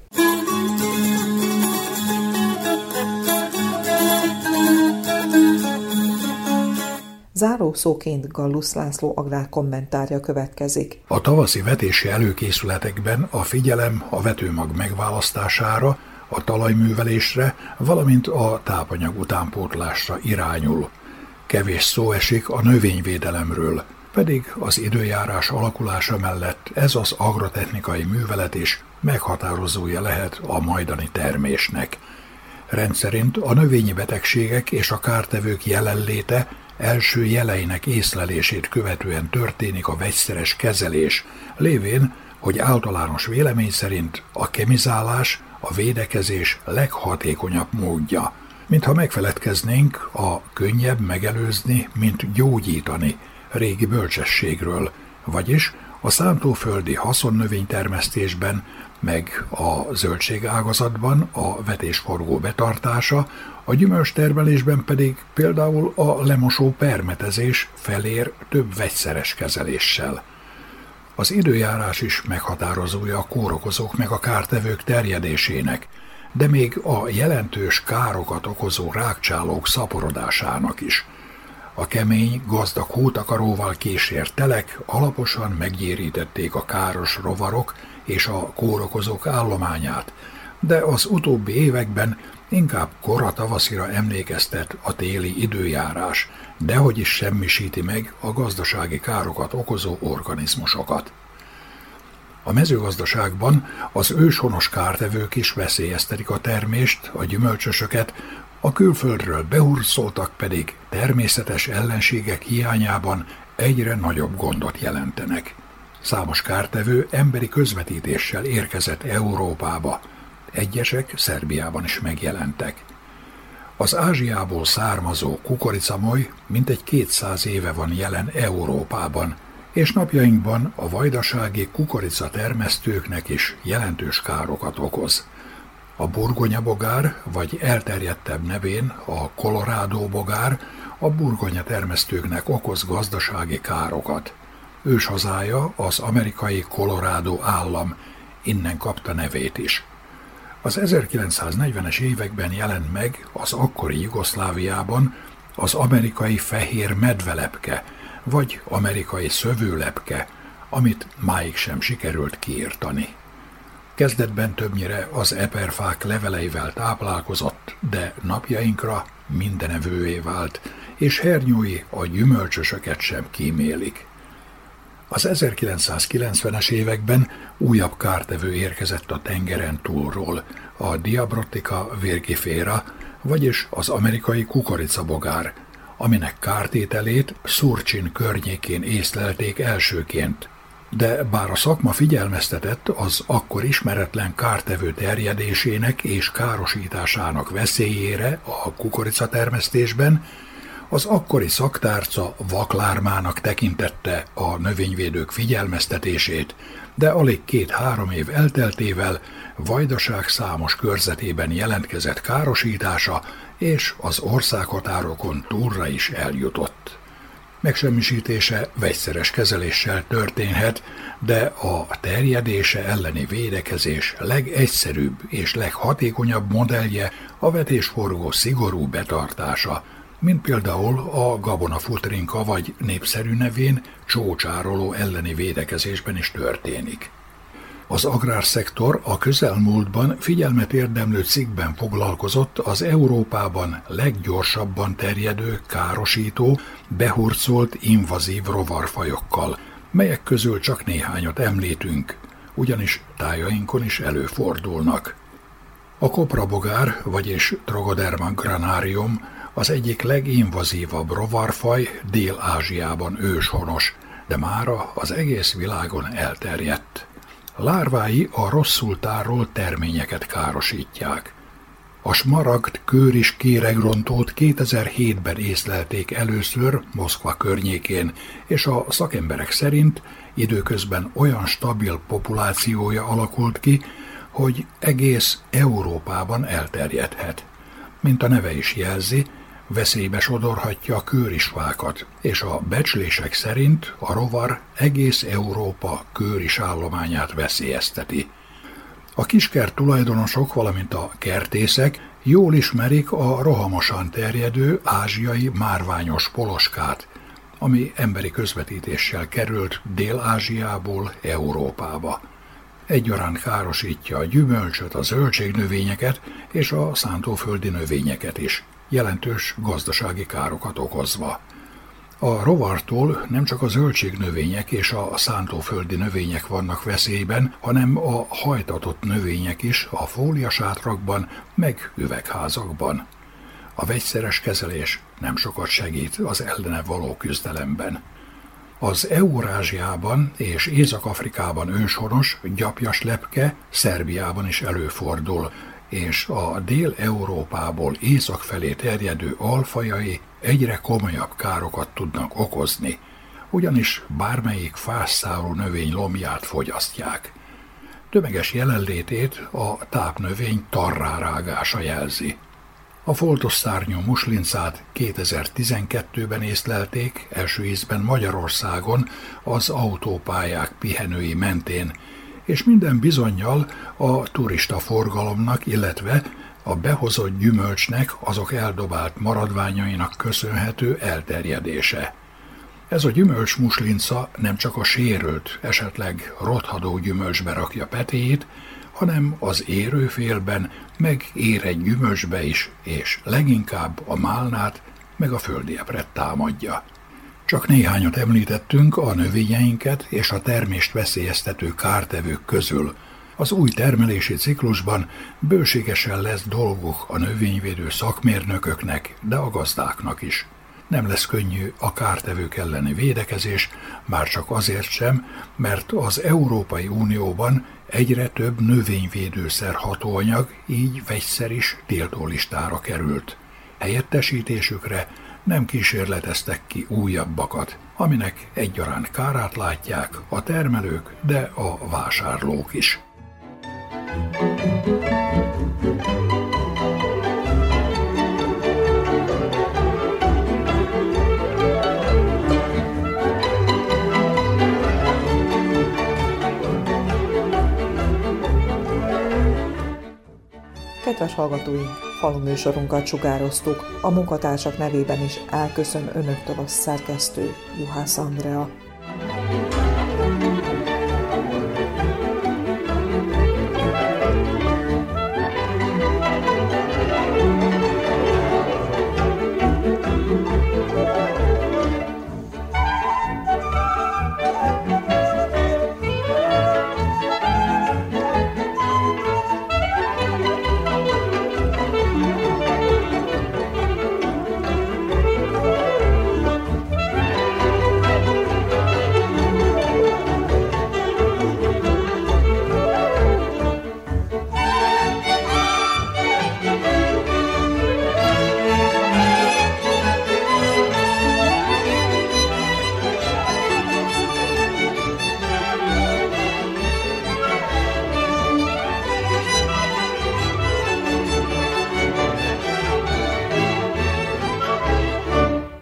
Zárószóként Gallus László agrárkommentárja következik. A tavaszi vetési előkészületekben a figyelem a vetőmag megválasztására, a talajművelésre, valamint a tápanyag utánpótlásra irányul. Kevés szó esik a növényvédelemről, pedig az időjárás alakulása mellett ez az agrotechnikai művelet is meghatározója lehet a majdani termésnek. Rendszerint a növényi betegségek és a kártevők jelenléte első jeleinek észlelését követően történik a vegyszeres kezelés, lévén, hogy általános vélemény szerint a kemizálás a védekezés leghatékonyabb módja. Mintha megfeledkeznénk a könnyebb megelőzni, mint gyógyítani régi bölcsességről, vagyis a szántóföldi haszonnövénytermesztésben, meg a zöldségágazatban a vetésforgó betartása, a gyümölcstermelésben pedig például a lemosó permetezés felér több vegyszeres kezeléssel. Az időjárás is meghatározója a kórokozók meg a kártevők terjedésének, de még a jelentős károkat okozó rágcsálók szaporodásának is. A kemény, gazdag hótakaróval kísért telek alaposan meggyérítették a káros rovarok és a kórokozók állományát, de az utóbbi években inkább kora tavaszira emlékeztet a téli időjárás, dehogy is semmisíti meg a gazdasági károkat okozó organizmusokat. A mezőgazdaságban az őshonos kártevők is veszélyeztetik a termést, a gyümölcsösöket, a külföldről behurcoltak pedig természetes ellenségek hiányában egyre nagyobb gondot jelentenek. Számos kártevő emberi közvetítéssel érkezett Európába, egyesek Szerbiában is megjelentek. Az Ázsiából származó kukoricamoly mintegy 200 éve van jelen Európában, és napjainkban a vajdasági kukoricatermesztőknek is jelentős károkat okoz. A burgonyabogár, vagy elterjedtebb nevén a Colorado bogár a burgonyatermesztőknek okoz gazdasági károkat. Őshazája az amerikai Colorado állam, innen kapta nevét is. Az 1940-es években jelent meg az akkori Jugoszláviában az amerikai fehér medvelepke, vagy amerikai szövőlepke, amit máig sem sikerült kiirtani. Kezdetben többnyire az eperfák leveleivel táplálkozott, de napjainkra mindenevővé vált, és hernyói a gyümölcsösöket sem kímélik. Az 1990-es években újabb kártevő érkezett a tengeren túlról, a Diabrotica virgifera, vagyis az amerikai kukoricabogár, aminek kártételét Szurcsin környékén észlelték elsőként, De bár a szakma figyelmeztetett az akkor ismeretlen kártevő terjedésének és károsításának veszélyére a kukoricatermesztésben, az akkori szaktárca vaklármának tekintette a növényvédők figyelmeztetését, de alig 2-3 év elteltével Vajdaság számos körzetében jelentkezett károsítása, és az országhatárokon túlra is eljutott. Megsemmisítése vegyszeres kezeléssel történhet, de a terjedése elleni védekezés legegyszerűbb és leghatékonyabb modellje a vetésforgó szigorú betartása, mint például a gabonafutrinka vagy népszerű nevén csócsároló elleni védekezésben is történik. Az agrárszektor a közelmúltban figyelmet érdemlő cikkben foglalkozott az Európában leggyorsabban terjedő, károsító, behurcolt invazív rovarfajokkal, melyek közül csak néhányat említünk, ugyanis tájainkon is előfordulnak. A koprabogár, vagyis Trogoderma granarium az egyik leginvazívabb rovarfaj, Dél-Ázsiában őshonos, de mára az egész világon elterjedt. Lárvái a rosszul tárolt terményeket károsítják. A smaragd kőris kéregrontót 2007-ben észlelték először Moszkva környékén, és a szakemberek szerint időközben olyan stabil populációja alakult ki, hogy egész Európában elterjedhet. Mint a neve is jelzi, veszélybe sodorhatja a kőrisfákat, és a becslések szerint a rovar egész Európa kőris állományát veszélyezteti. A kiskert tulajdonosok, valamint a kertészek jól ismerik a rohamosan terjedő ázsiai márványos poloskát, ami emberi közvetítéssel került Dél-Ázsiából Európába. Egyaránt károsítja a gyümölcsöt, a zöldségnövényeket és a szántóföldi növényeket is, jelentős gazdasági károkat okozva. A rovartól nem csak a zöldségnövények és a szántóföldi növények vannak veszélyben, hanem a hajtatott növények is a fóliasátrakban, meg üvegházakban. A vegyszeres kezelés nem sokat segít az ellene való küzdelemben. Az Eurázsiában és Észak-Afrikában őshonos, gyapjas lepke Szerbiában is előfordul, és a Dél-Európából észak felé terjedő alfajai egyre komolyabb károkat tudnak okozni, ugyanis bármelyik fásszáró növény lombját fogyasztják. Tömeges jelenlétét a tápnövény tarrárágása jelzi. A foltos szárnyú muslincát 2012-ben észlelték első ízben Magyarországon az autópályák pihenői mentén, és minden bizonnyal a turista forgalomnak, illetve a behozott gyümölcsnek, azok eldobált maradványainak köszönhető elterjedése. Ez a gyümölcsmuslinca nem csak a sérült, esetleg rothadó gyümölcsbe rakja petéjét, hanem az érőfélben, meg érett gyümölcsbe is, és leginkább a málnát, meg a földi epret támadja. Csak néhányat említettünk a növényeinket és a termést veszélyeztető kártevők közül. Az új termelési ciklusban bőségesen lesz dolguk a növényvédő szakmérnököknek, de a gazdáknak is. Nem lesz könnyű a kártevők elleni védekezés, már csak azért sem, mert az Európai Unióban egyre több növényvédőszer hatóanyag, így vegyszer is tiltólistára került. Helyettesítésükre nem kísérleteztek ki újabbakat, aminek egyaránt kárát látják a termelők, de a vásárlók is. Kedves hallgatóink, faluműsorunkat sugároztuk, a munkatársak nevében is elköszön önöktől a szerkesztő, Juhász Andrea.